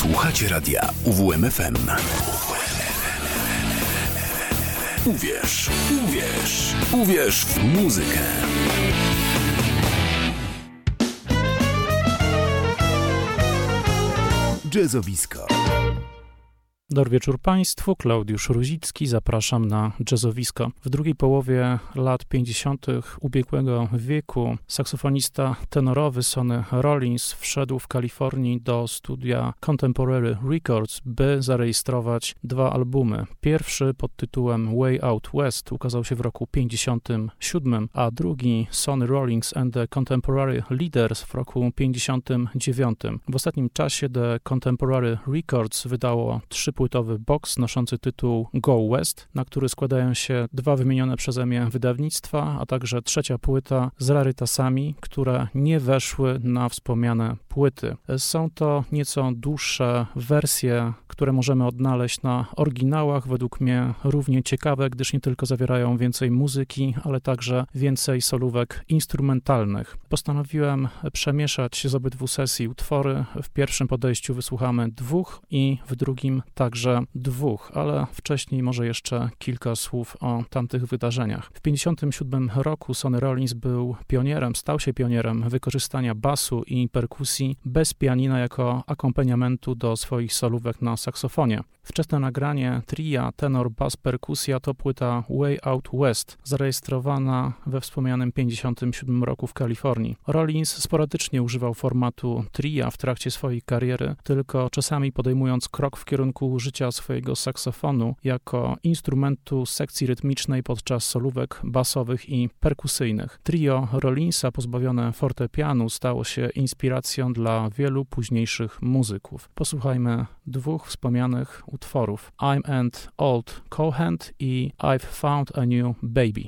Słuchacie radia UWMFM. Uwierz, uwierz, uwierz w muzykę. Jazzowisko. Dobry wieczór Państwu, Klaudiusz Ruzicki, zapraszam na Jazzowisko. W drugiej połowie lat 50. ubiegłego wieku saksofonista tenorowy Sonny Rollins wszedł w Kalifornii do studia Contemporary Records, by zarejestrować dwa albumy. Pierwszy pod tytułem Way Out West ukazał się w roku 57, a drugi Sonny Rollins and the Contemporary Leaders w roku 59. W ostatnim czasie The Contemporary Records wydało trzypłytowy box noszący tytuł Go West, na który składają się dwa wymienione przeze mnie wydawnictwa, a także trzecia płyta z rarytasami, które nie weszły na wspomniane płyty. Są to nieco dłuższe wersje, które możemy odnaleźć na oryginałach, według mnie równie ciekawe, gdyż nie tylko zawierają więcej muzyki, ale także więcej solówek instrumentalnych. Postanowiłem przemieszać z obydwu sesji utwory. W pierwszym podejściu wysłuchamy dwóch i w drugim także dwóch, ale wcześniej może jeszcze kilka słów o tamtych wydarzeniach. W 1957 roku Sonny Rollins stał się pionierem wykorzystania basu i perkusji bez pianina jako akompaniamentu do swoich solówek na saksofonie. Wczesne nagranie tria tenor, bass, perkusja to płyta Way Out West, zarejestrowana we wspomnianym 1957 roku w Kalifornii. Rollins sporadycznie używał formatu tria w trakcie swojej kariery, tylko czasami podejmując krok w kierunku użycia swojego saksofonu jako instrumentu sekcji rytmicznej podczas solówek basowych i perkusyjnych. Trio Rollinsa pozbawione fortepianu stało się inspiracją dla wielu późniejszych muzyków. Posłuchajmy dwóch wspomnianych utworów I'm an Old Cowhand i I've Found a New Baby.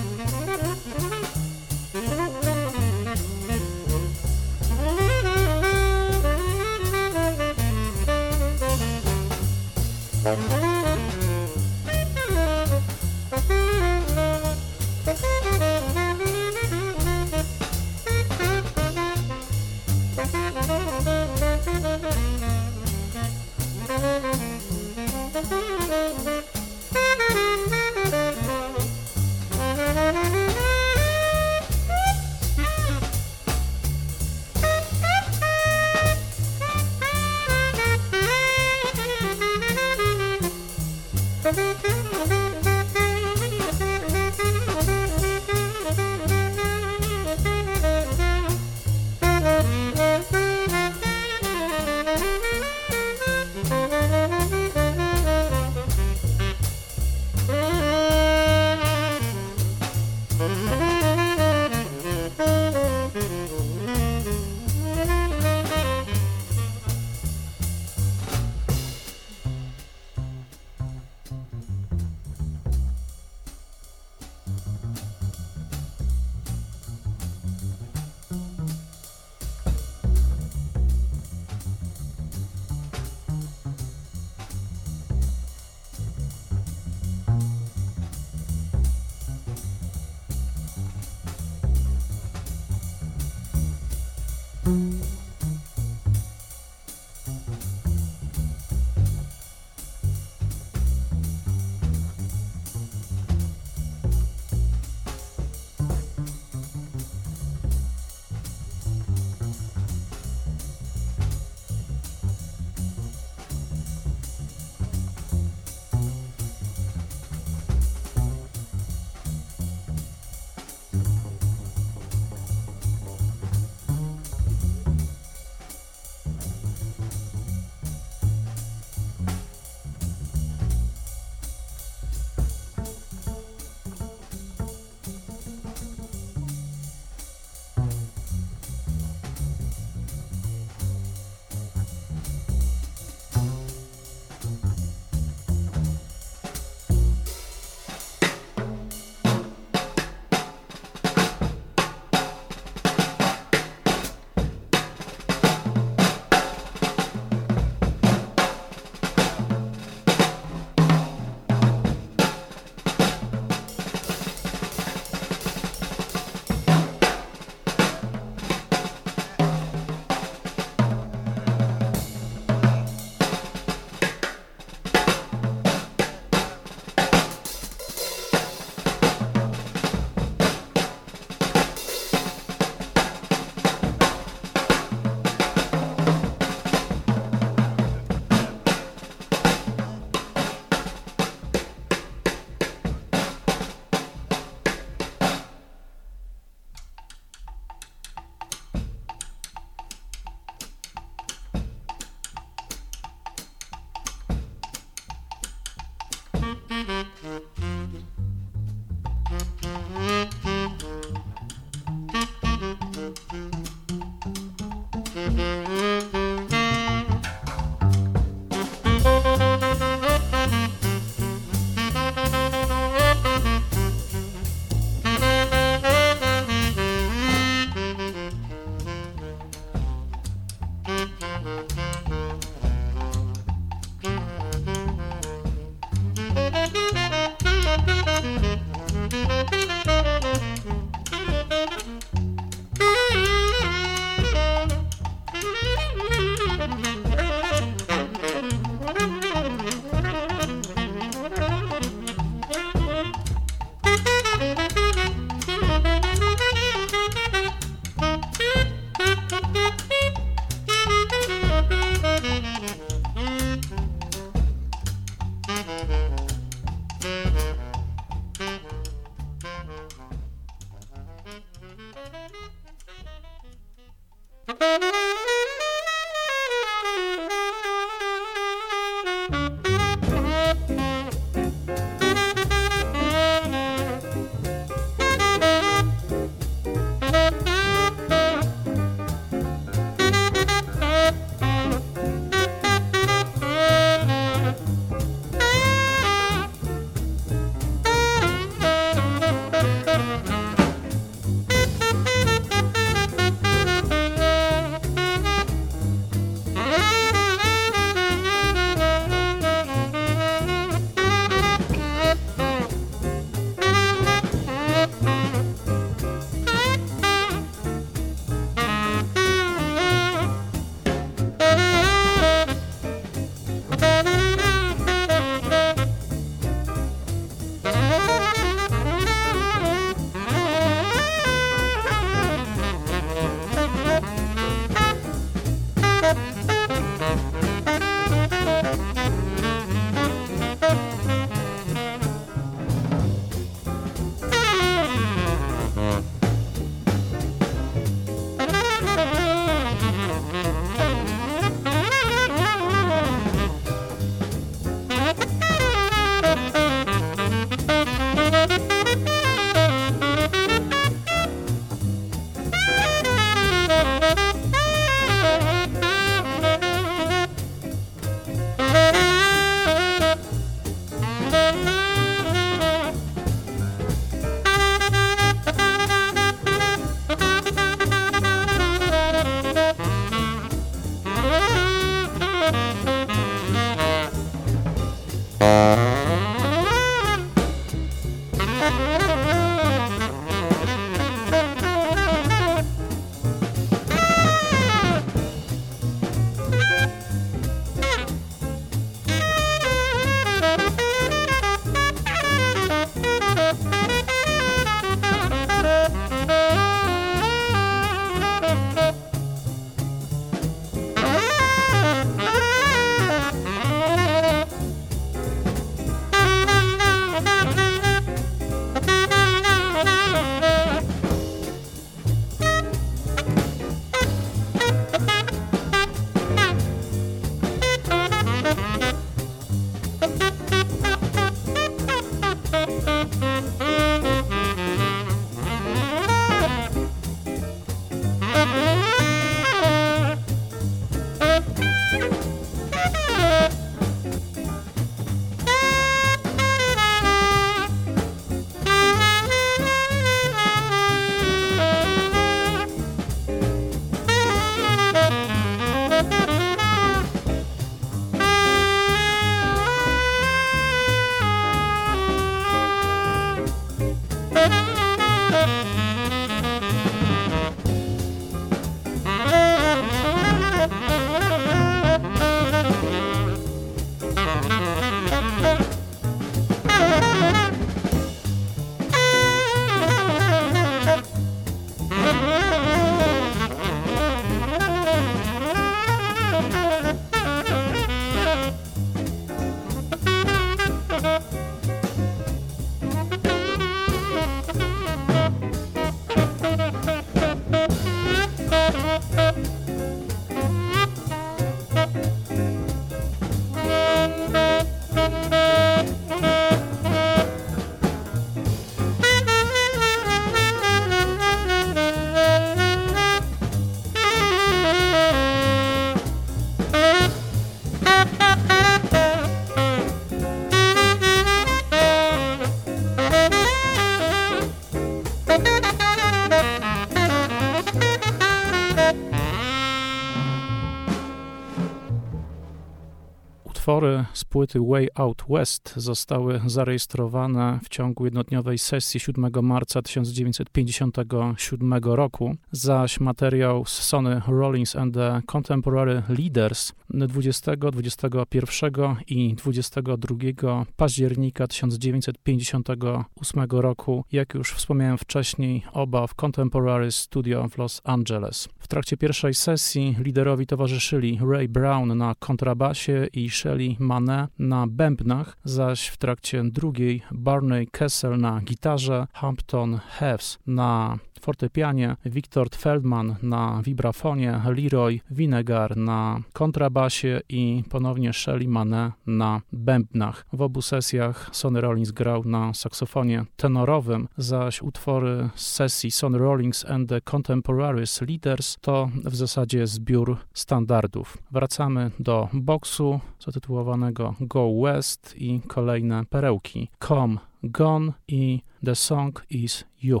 Utwory z płyty Way Out West zostały zarejestrowane w ciągu jednodniowej sesji 7 marca 1957 roku, zaś materiał z Sonny Rollins and the Contemporary Leaders 20, 21 i 22 października 1958 roku, jak już wspomniałem wcześniej, oba w Contemporary Studio w Los Angeles. W trakcie pierwszej sesji liderowi towarzyszyli Ray Brown na kontrabasie i Shelly Manne na bębnach, zaś w trakcie drugiej Barney Kessel na gitarze, Hampton Heffs na fortepianie, Victor Feldman na vibrafonie, Leroy Vinegar na kontrabasie i ponownie Shelly Manne na bębnach. W obu sesjach Sonny Rollins grał na saksofonie tenorowym, zaś utwory z sesji Sonny Rollins and the Contemporary Leaders to w zasadzie zbiór standardów. Wracamy do boksu zatytułowanego Go West i kolejne perełki Come, Gone i The Song Is You.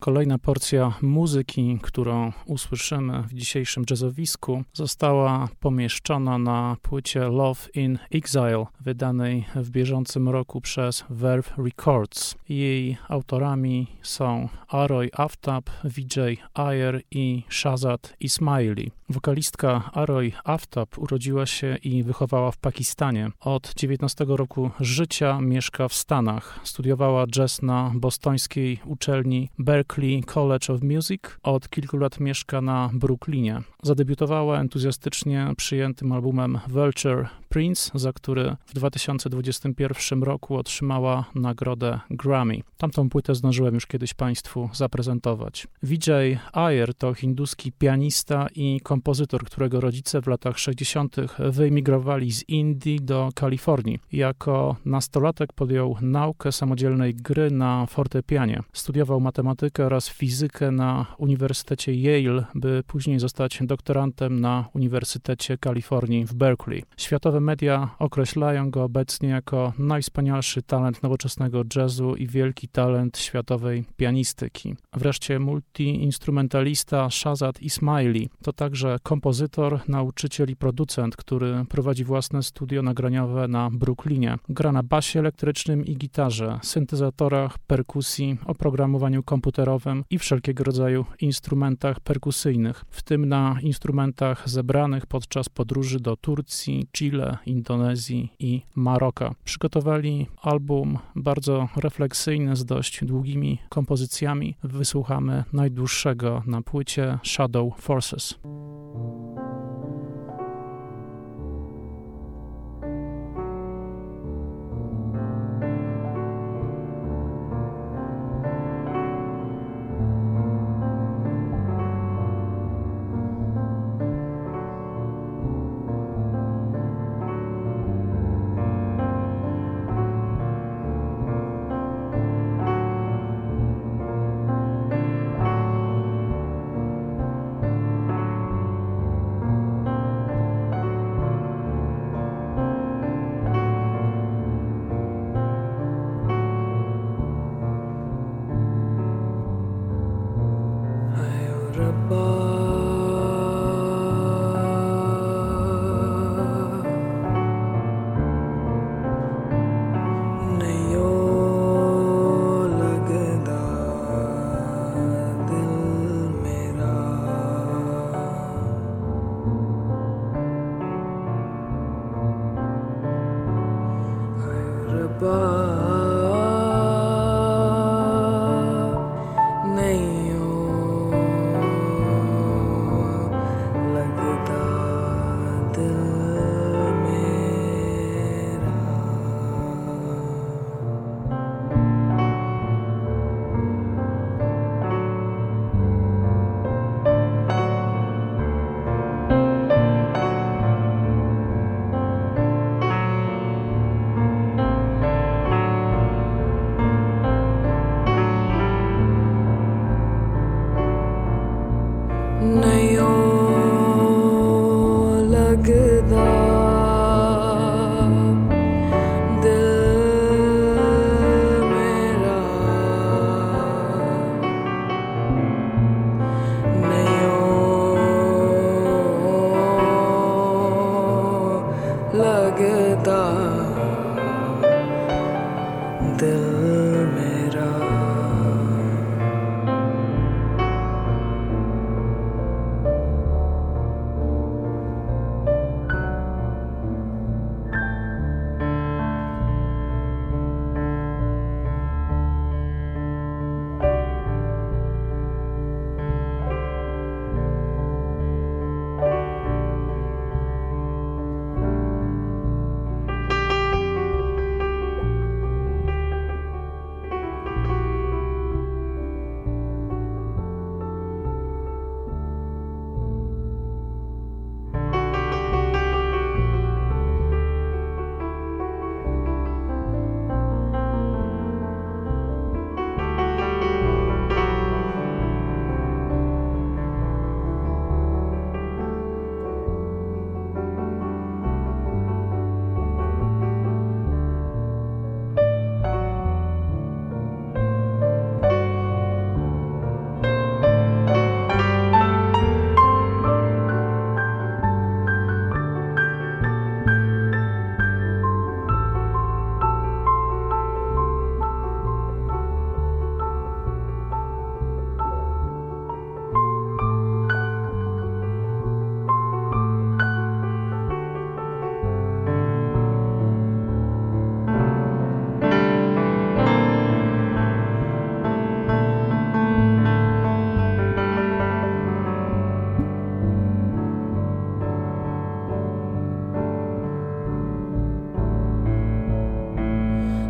Kolejna porcja muzyki, którą usłyszymy w dzisiejszym jazzowisku, została pomieszczona na płycie Love in Exile, wydanej w bieżącym roku przez Verve Records. Jej autorami są Aroy Aftab, Vijay Iyer i Shahzad Ismaili. Wokalistka Aroy Aftab urodziła się i wychowała w Pakistanie. Od 19 roku życia mieszka w Stanach. Studiowała jazz na bostońskiej uczelni Berklee College of Music. Od kilku lat mieszka na Brooklynie. Zadebiutowała entuzjastycznie przyjętym albumem Vulture Prince, za który w 2021 roku otrzymała nagrodę Grammy. Tamtą płytę zdążyłem już kiedyś Państwu zaprezentować. Vijay Iyer to hinduski pianista i kompozytor, którego rodzice w latach 60. wyemigrowali z Indii do Kalifornii. Jako nastolatek podjął naukę samodzielnej gry na fortepianie. Studiował matematykę oraz fizykę na Uniwersytecie Yale, by później zostać doktorantem na Uniwersytecie Kalifornii w Berkeley. Światowe media określają go obecnie jako najwspanialszy talent nowoczesnego jazzu i wielki talent światowej pianistyki. Wreszcie multiinstrumentalista Shahzad Ismaili to także kompozytor, nauczyciel i producent, który prowadzi własne studio nagraniowe na Brooklynie. Gra na basie elektrycznym i gitarze, syntezatorach, perkusji, oprogramowaniu komputerowym i wszelkiego rodzaju instrumentach perkusyjnych, w tym na instrumentach zebranych podczas podróży do Turcji, Chile, Indonezji i Maroka. Przygotowali album bardzo refleksyjny z dość długimi kompozycjami. Wysłuchamy najdłuższego na płycie Shadow Forces.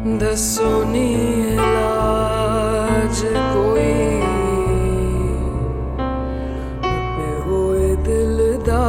दसो नी इलाज कोई टुटे होए दिल दा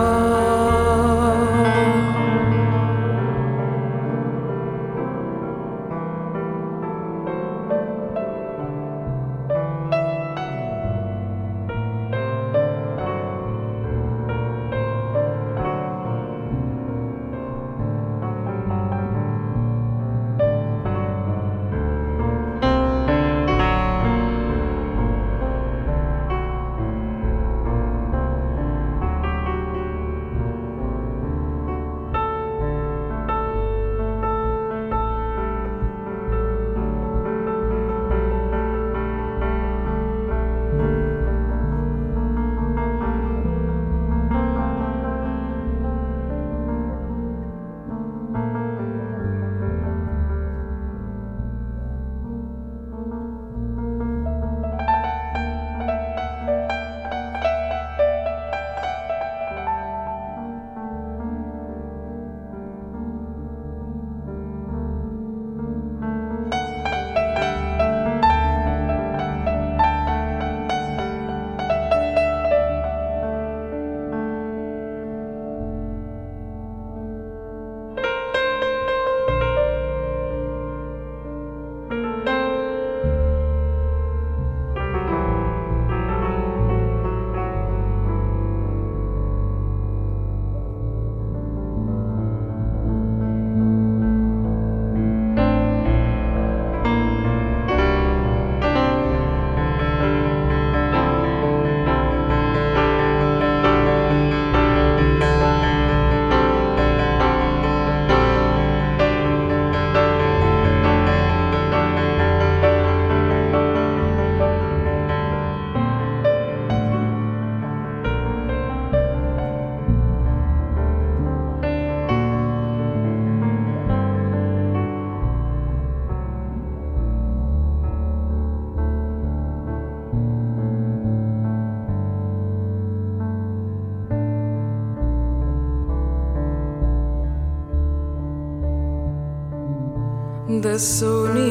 दसो नी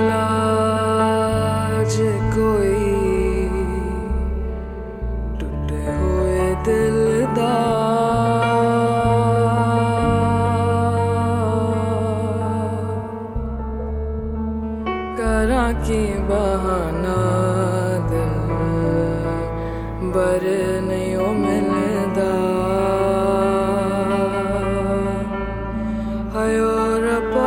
इलाज कोई टुटे होए दिल दा करां की बहाना दिल बर नहीं ओ मिलदा हायो रब्बा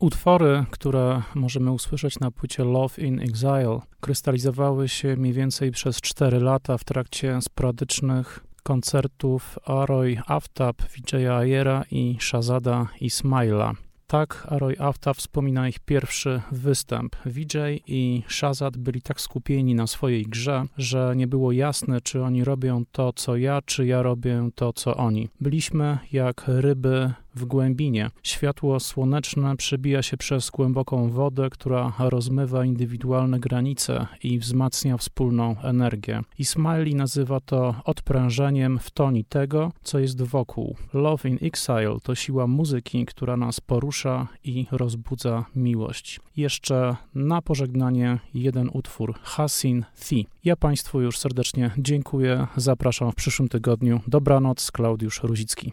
Utwory, które możemy usłyszeć na płycie Love in Exile, krystalizowały się mniej więcej przez 4 lata w trakcie sporadycznych koncertów Aroy Aftab, Vijaya Ayera i Shahzada Ismaila. Tak Aroy Aftab wspomina ich pierwszy występ. Vijay i Shahzad byli tak skupieni na swojej grze, że nie było jasne, czy oni robią to, co ja, czy ja robię to, co oni. Byliśmy jak ryby w głębinie. Światło słoneczne przebija się przez głęboką wodę, która rozmywa indywidualne granice i wzmacnia wspólną energię. Ismaili nazywa to odprężeniem w toni tego, co jest wokół. Love in Exile to siła muzyki, która nas porusza i rozbudza miłość. Jeszcze na pożegnanie jeden utwór, Hasin Thi. Ja Państwu już serdecznie dziękuję. Zapraszam w przyszłym tygodniu. Dobranoc, Klaudiusz Ruzicki.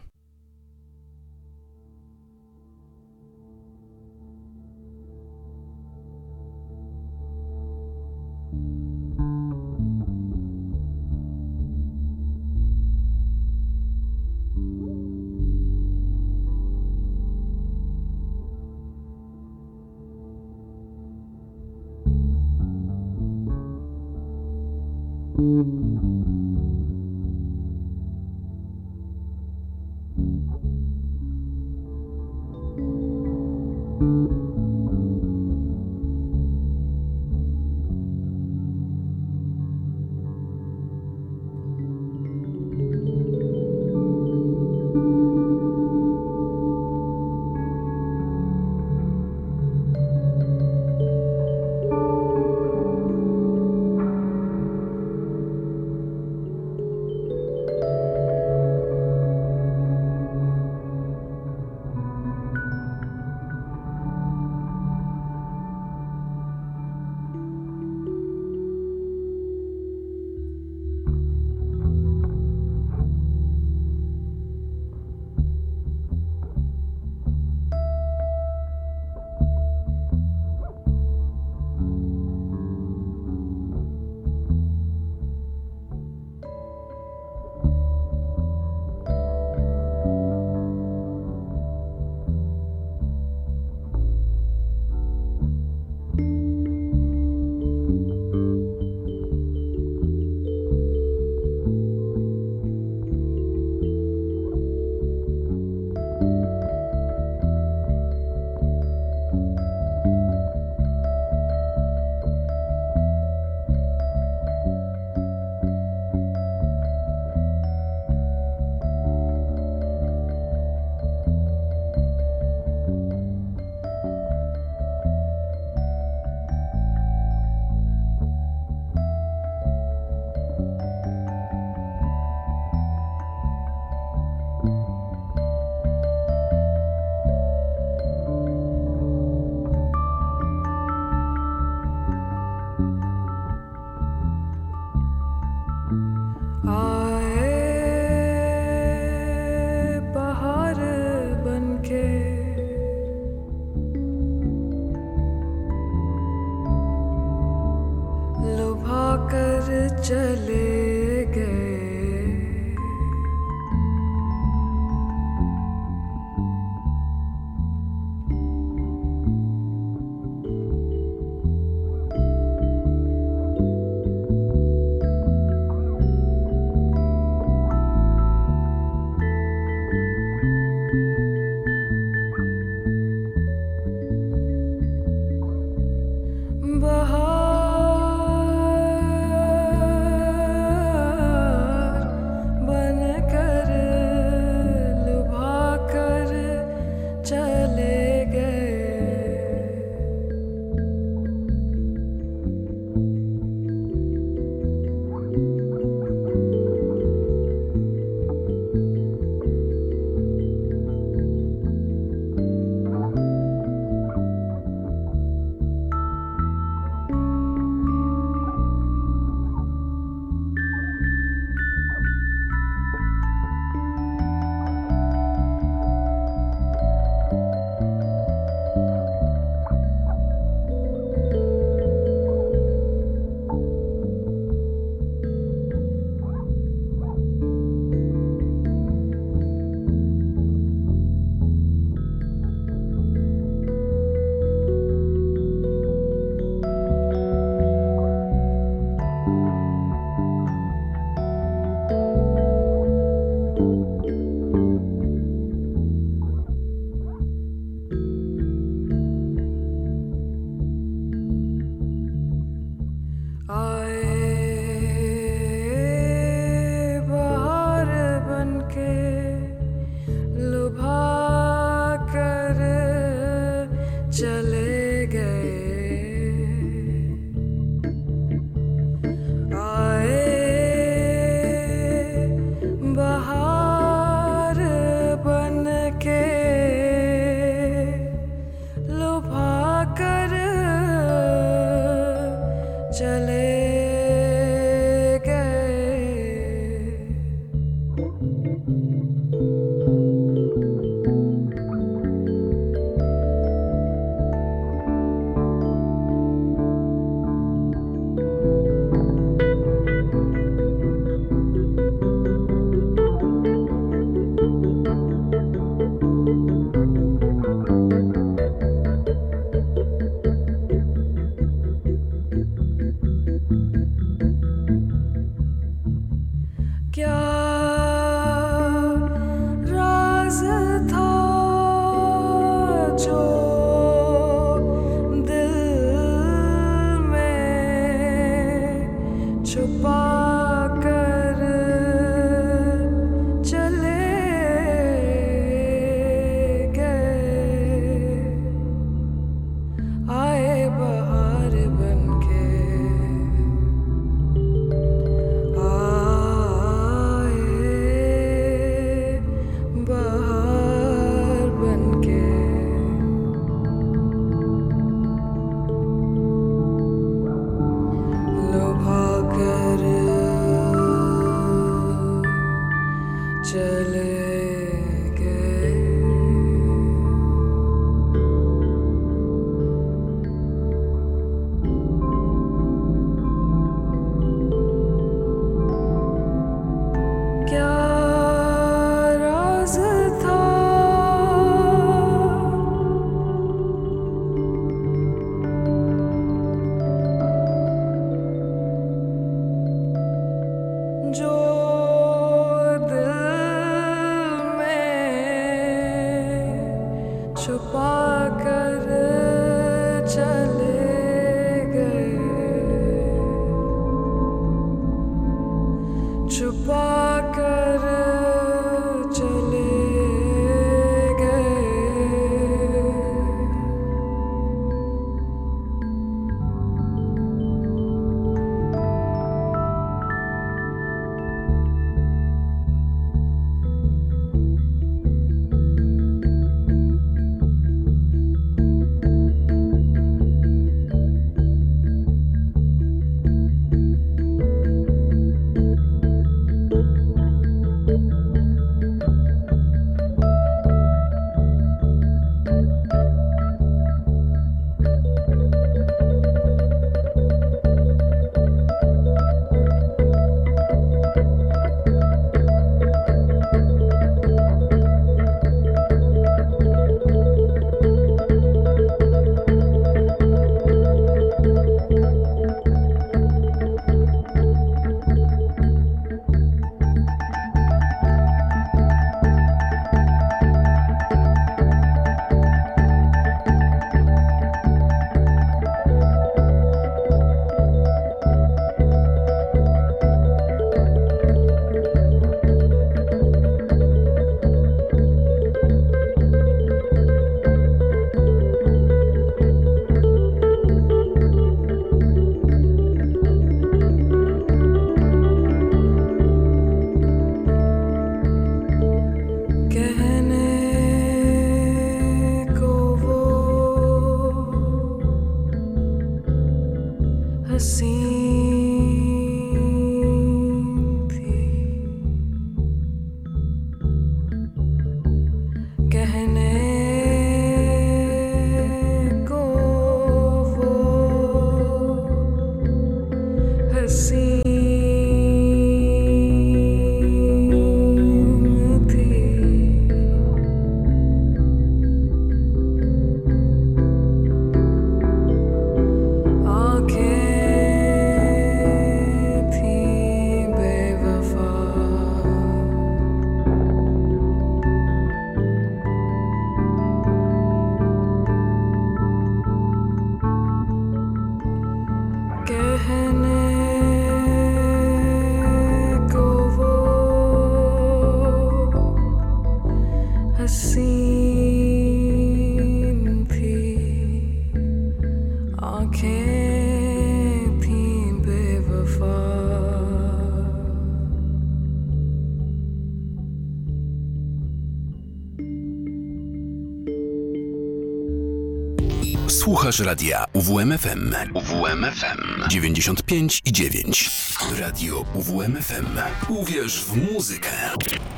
Słuchasz radia UWMFM. UWMFM 95,9. Radio UWMFM. Uwierz w muzykę.